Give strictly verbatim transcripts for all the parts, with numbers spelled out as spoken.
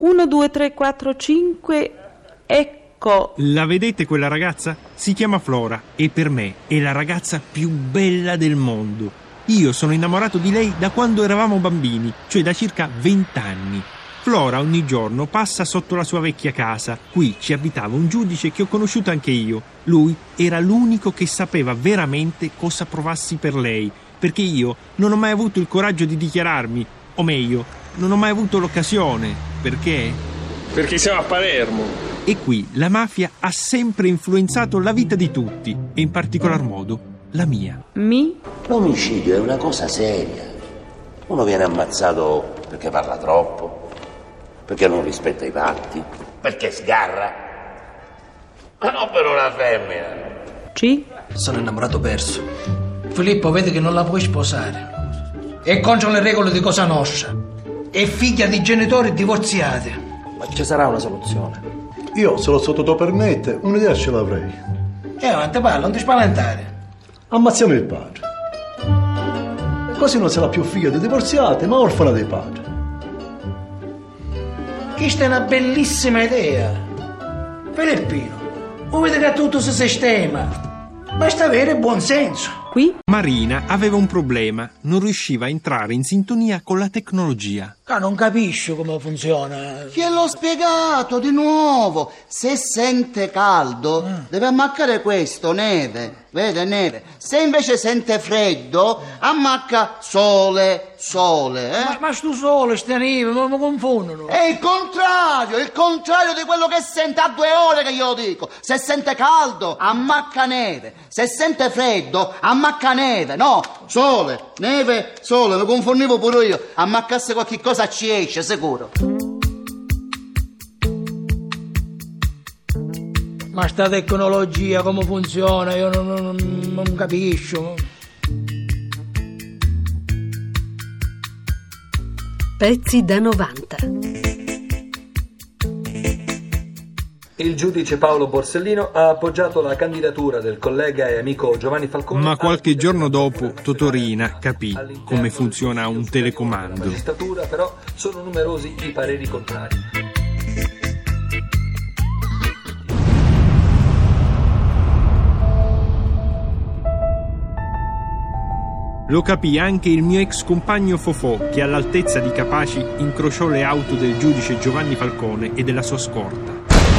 uno, due, tre, quattro, cinque, ecco. La vedete quella ragazza? Si chiama Flora e per me è la ragazza più bella del mondo. Io sono innamorato di lei da quando eravamo bambini, cioè da circa vent'anni. Flora ogni giorno passa sotto la sua vecchia casa. Qui ci abitava un giudice che ho conosciuto anche io. Lui era l'unico che sapeva veramente cosa provassi per lei, perché io non ho mai avuto il coraggio di dichiararmi, o meglio, non ho mai avuto l'occasione. Perché? Perché siamo a Palermo. E qui la mafia ha sempre influenzato la vita di tutti, e in particolar modo la mia. Mi? L'omicidio è una cosa seria. Uno viene ammazzato perché parla troppo, perché non rispetta i patti, perché sgarra. Ma non per una femmina. C? Sono innamorato perso. Filippo vede che non la puoi sposare. È contro le regole di Cosa Nostra. È figlia di genitori divorziati. Ma ci sarà una soluzione. Io, se lo sotto te permette, un'idea ce l'avrei. E avanti, parla, non ti spaventare. Ammazziamo il padre. Così non sarà più figlia di divorziati, ma orfana dei padri. Questa è una bellissima idea. Filippino, vede che tutto si sistema. Basta avere buon senso. Qui? Marina aveva un problema, non riusciva a entrare in sintonia con la tecnologia. Ah, non capisco come funziona. Gliel'ho spiegato di nuovo. Se sente caldo, mm. deve ammaccare questo, neve. Vede, neve. Se invece sente freddo, ammacca sole, sole. Eh? Ma, ma sto sole, ste neve, ma mi confondono. È il contrario, il contrario di quello che sente a due ore che glielo dico. Se sente caldo, ammacca neve. Se sente freddo, ammacca neve. No, sole, neve, sole. Mi confondevo pure io. Ammaccasse qualche cosa ci esce, sicuro. Ma sta tecnologia come funziona? Io non, non, non capisco. Pezzi da novanta. Il giudice Paolo Borsellino ha appoggiato la candidatura del collega e amico Giovanni Falcone. Ma qualche giorno dopo Totorina capì come funziona un telecomando. La magistratura però sono numerosi i pareri contrari. Lo capì anche il mio ex compagno Fofò, che all'altezza di Capaci incrociò le auto del giudice Giovanni Falcone e della sua scorta.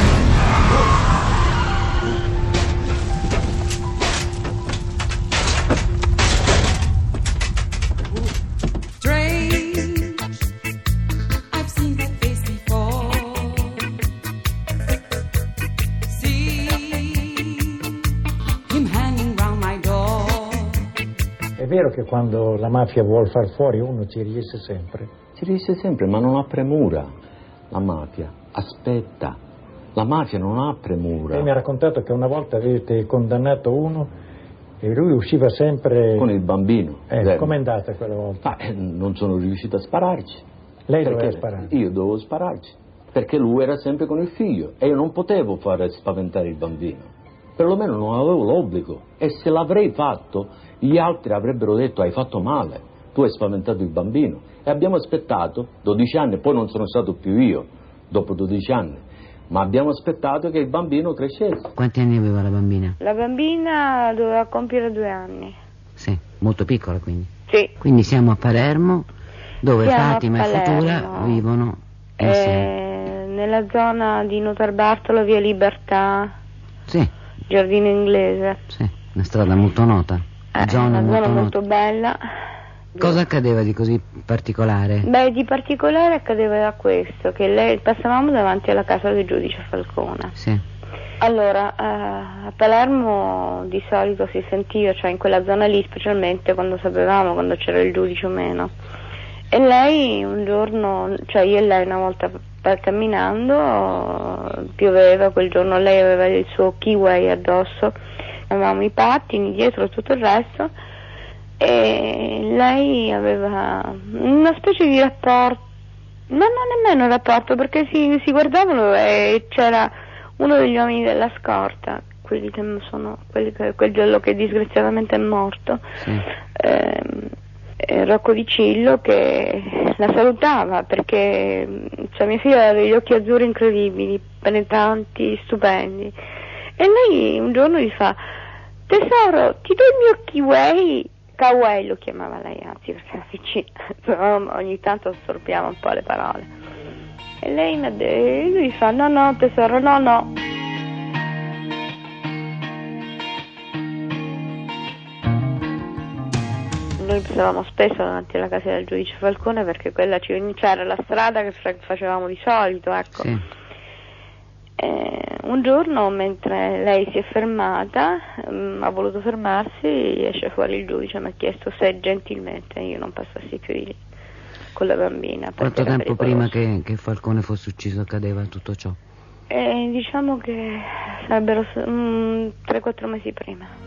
È vero che quando la mafia vuol far fuori uno ci riesce sempre. Ci riesce sempre, ma non ha premura. La mafia aspetta. La mafia non ha premura. Lei mi ha raccontato che una volta avete condannato uno e lui usciva sempre... Con il bambino. Eh, com'è andata quella volta? Ma eh, non sono riuscito a spararci. Lei doveva sparare? Io dovevo spararci. Perché lui era sempre con il figlio e io non potevo fare spaventare il bambino. Perlomeno non avevo l'obbligo. E se l'avrei fatto, gli altri avrebbero detto: hai fatto male, tu hai spaventato il bambino. E abbiamo aspettato dodici anni, poi non sono stato più io dopo dodici anni, ma abbiamo aspettato che il bambino crescesse. Quanti anni aveva la bambina? La bambina doveva compiere due anni. Sì, molto piccola quindi. Sì. Quindi siamo a Palermo, dove siamo Fatima e Futura vivono insieme. Eh, nella zona di Notarbartolo, via Libertà. Sì. Giardino Inglese. Sì, una strada molto nota. Eh, zona una molto zona nota. molto bella. Cosa accadeva di così particolare? Beh, di particolare accadeva questo, che lei passavamo davanti alla casa del giudice Falcone. Sì. Allora, eh, a Palermo di solito si sentiva, cioè in quella zona lì, specialmente quando sapevamo quando c'era il giudice o meno. E lei un giorno, cioè io e lei una volta per camminando, pioveva quel giorno, lei aveva il suo kiwi addosso, avevamo i pattini dietro e tutto il resto, e lei aveva una specie di rapporto, ma non nemmeno un rapporto, perché si, si guardavano e c'era uno degli uomini della scorta, quelli che sono quelli che, quel giallo che disgraziatamente è morto, sì. ehm, eh, Rocco Di Cillo, che la salutava perché cioè, mia figlia aveva degli occhi azzurri incredibili, penetranti, stupendi, e lei un giorno gli fa: tesoro, ti do il mio kiwi? Kawaii lo chiamava lei, anzi, perché era vicina, però ogni tanto assorbiamo un po' le parole. E lei mi de- lui fa: no no tesoro, no no. Noi passavamo spesso davanti alla casa del giudice Falcone perché quella ci c'era la strada che facevamo di solito, ecco. Sì. Eh, un giorno, mentre lei si è fermata, mh, ha voluto fermarsi, esce fuori il giudice, mi ha chiesto se gentilmente io non passassi più di lì con la bambina. Quanto tempo prima che, che Falcone fosse ucciso accadeva tutto ciò? Eh, diciamo che sarebbero tre quattro mesi prima.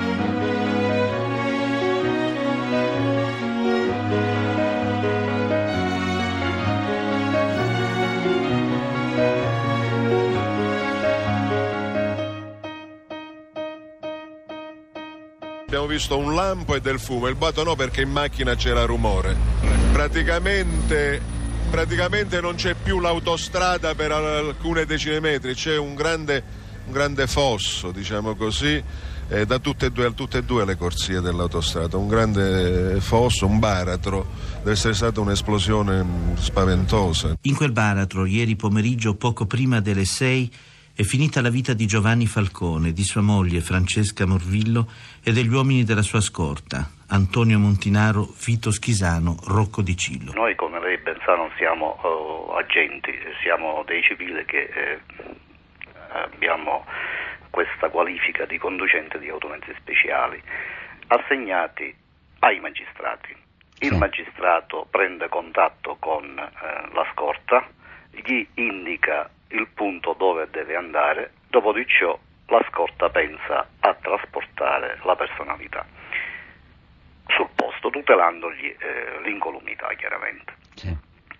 Abbiamo visto un lampo e del fumo, il boato no perché in macchina c'era rumore. Praticamente, praticamente non c'è più l'autostrada per alcune decine di metri, c'è un grande, un grande fosso, diciamo così, eh, da tutte e, due, tutte e due le corsie dell'autostrada, un grande fosso, un baratro. Deve essere stata un'esplosione spaventosa. In quel baratro, ieri pomeriggio, poco prima delle sei, è finita la vita di Giovanni Falcone, di sua moglie Francesca Morvillo e degli uomini della sua scorta, Antonio Montinaro, Vito Schisano, Rocco Di Cillo. Noi, come lei ben sa, non siamo uh, agenti, siamo dei civili che eh, abbiamo questa qualifica di conducente di automezzi speciali, assegnati ai magistrati. Il sì. magistrato prende contatto con eh, la scorta, gli indica il punto dove deve andare, dopo di ciò la scorta pensa a trasportare la personalità sul posto, tutelandogli eh, l'incolumità, chiaramente. Sì.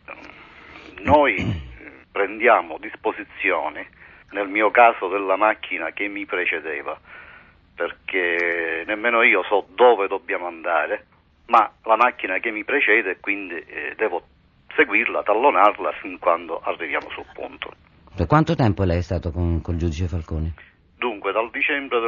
Noi prendiamo disposizioni, nel mio caso della macchina che mi precedeva, perché nemmeno io so dove dobbiamo andare, ma la macchina che mi precede, quindi eh, devo seguirla, tallonarla fin quando arriviamo sul punto. Per quanto tempo lei è stato con col giudice Falcone? Dunque, dal dicembre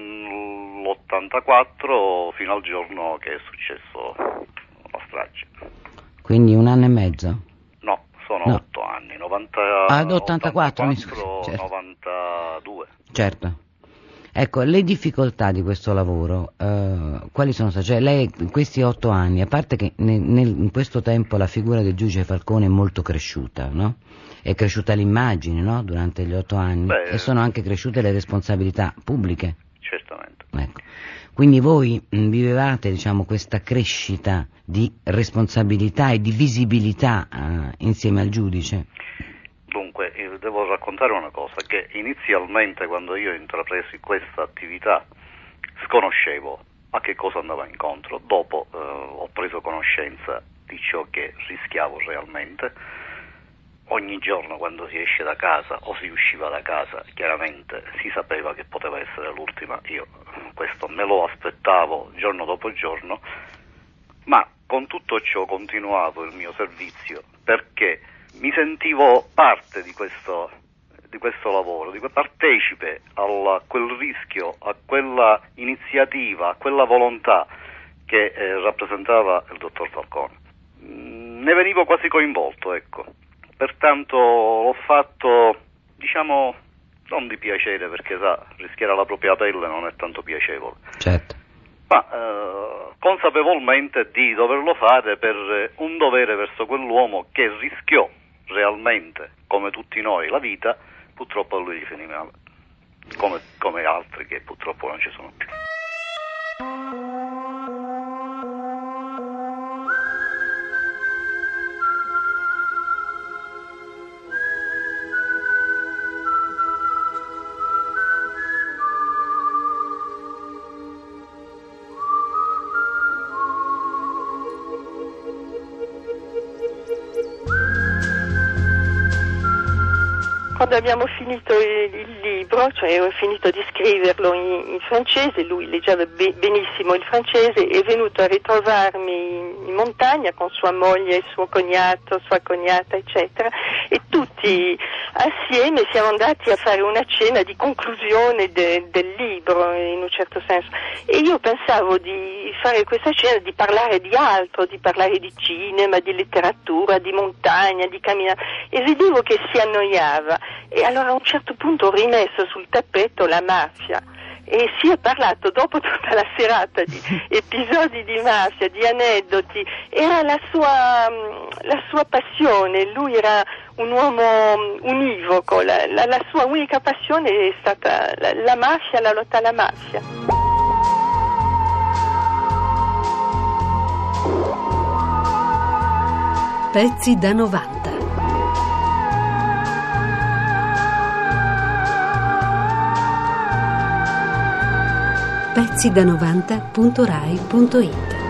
dell'ottantaquattro fino al giorno che è successo la strage. Quindi un anno e mezzo? No, sono no. otto anni, novanta, ah, ottantaquattro, ottantaquattro, mi scusi. Certo. novantadue. Certo. Ecco, le difficoltà di questo lavoro, eh, quali sono state? Cioè lei in questi otto anni, a parte che nel, nel, in questo tempo la figura del giudice Falcone è molto cresciuta, no? È cresciuta l'immagine, no? Durante gli otto anni. Beh, e sono anche cresciute le responsabilità pubbliche. Certamente. Ecco. Quindi voi mh, vivevate, diciamo, questa crescita di responsabilità e di visibilità eh, insieme al giudice? Dunque, io devo raccontare una cosa, che inizialmente quando io intrapresi questa attività sconoscevo a che cosa andava incontro, dopo eh, ho preso conoscenza di ciò che rischiavo realmente. Ogni giorno quando si esce da casa o si usciva da casa, chiaramente si sapeva che poteva essere l'ultima, io questo me lo aspettavo giorno dopo giorno, ma con tutto ciò continuavo il mio servizio perché mi sentivo parte di questo, di questo lavoro, di, partecipe a quel rischio, a quella iniziativa, a quella volontà che eh, rappresentava il dottor Falcone. Mm, ne venivo quasi coinvolto, ecco. Pertanto l'ho fatto, diciamo, non di piacere, perché sa, rischiare la propria pelle non è tanto piacevole. Certo. Ma eh, consapevolmente di doverlo fare per un dovere verso quell'uomo che rischiò realmente, come tutti noi, la vita. Purtroppo a lui gli finì male, come, come altri che purtroppo non ci sono più. Quando abbiamo finito il, il libro, cioè ho finito di scriverlo in, in francese, lui leggeva be- benissimo il francese, è venuto a ritrovarmi in, in montagna con sua moglie, suo cognato, sua cognata, eccetera, e tutti assieme siamo andati a fare una cena di conclusione de, del libro, in un certo senso, e io pensavo di fare questa cena, di parlare di altro, di parlare di cinema, di letteratura, di montagna, di camminare, e vedevo che si annoiava, e allora a un certo punto ho rimesso sul tappeto la mafia. E si è parlato dopo tutta la serata di episodi di mafia, di aneddoti, era la sua, la sua passione, lui era un uomo univoco, la, la, la sua unica passione è stata la, la mafia, la lotta alla mafia. Pezzi da novanta. pezzi da novanta punto rai punto it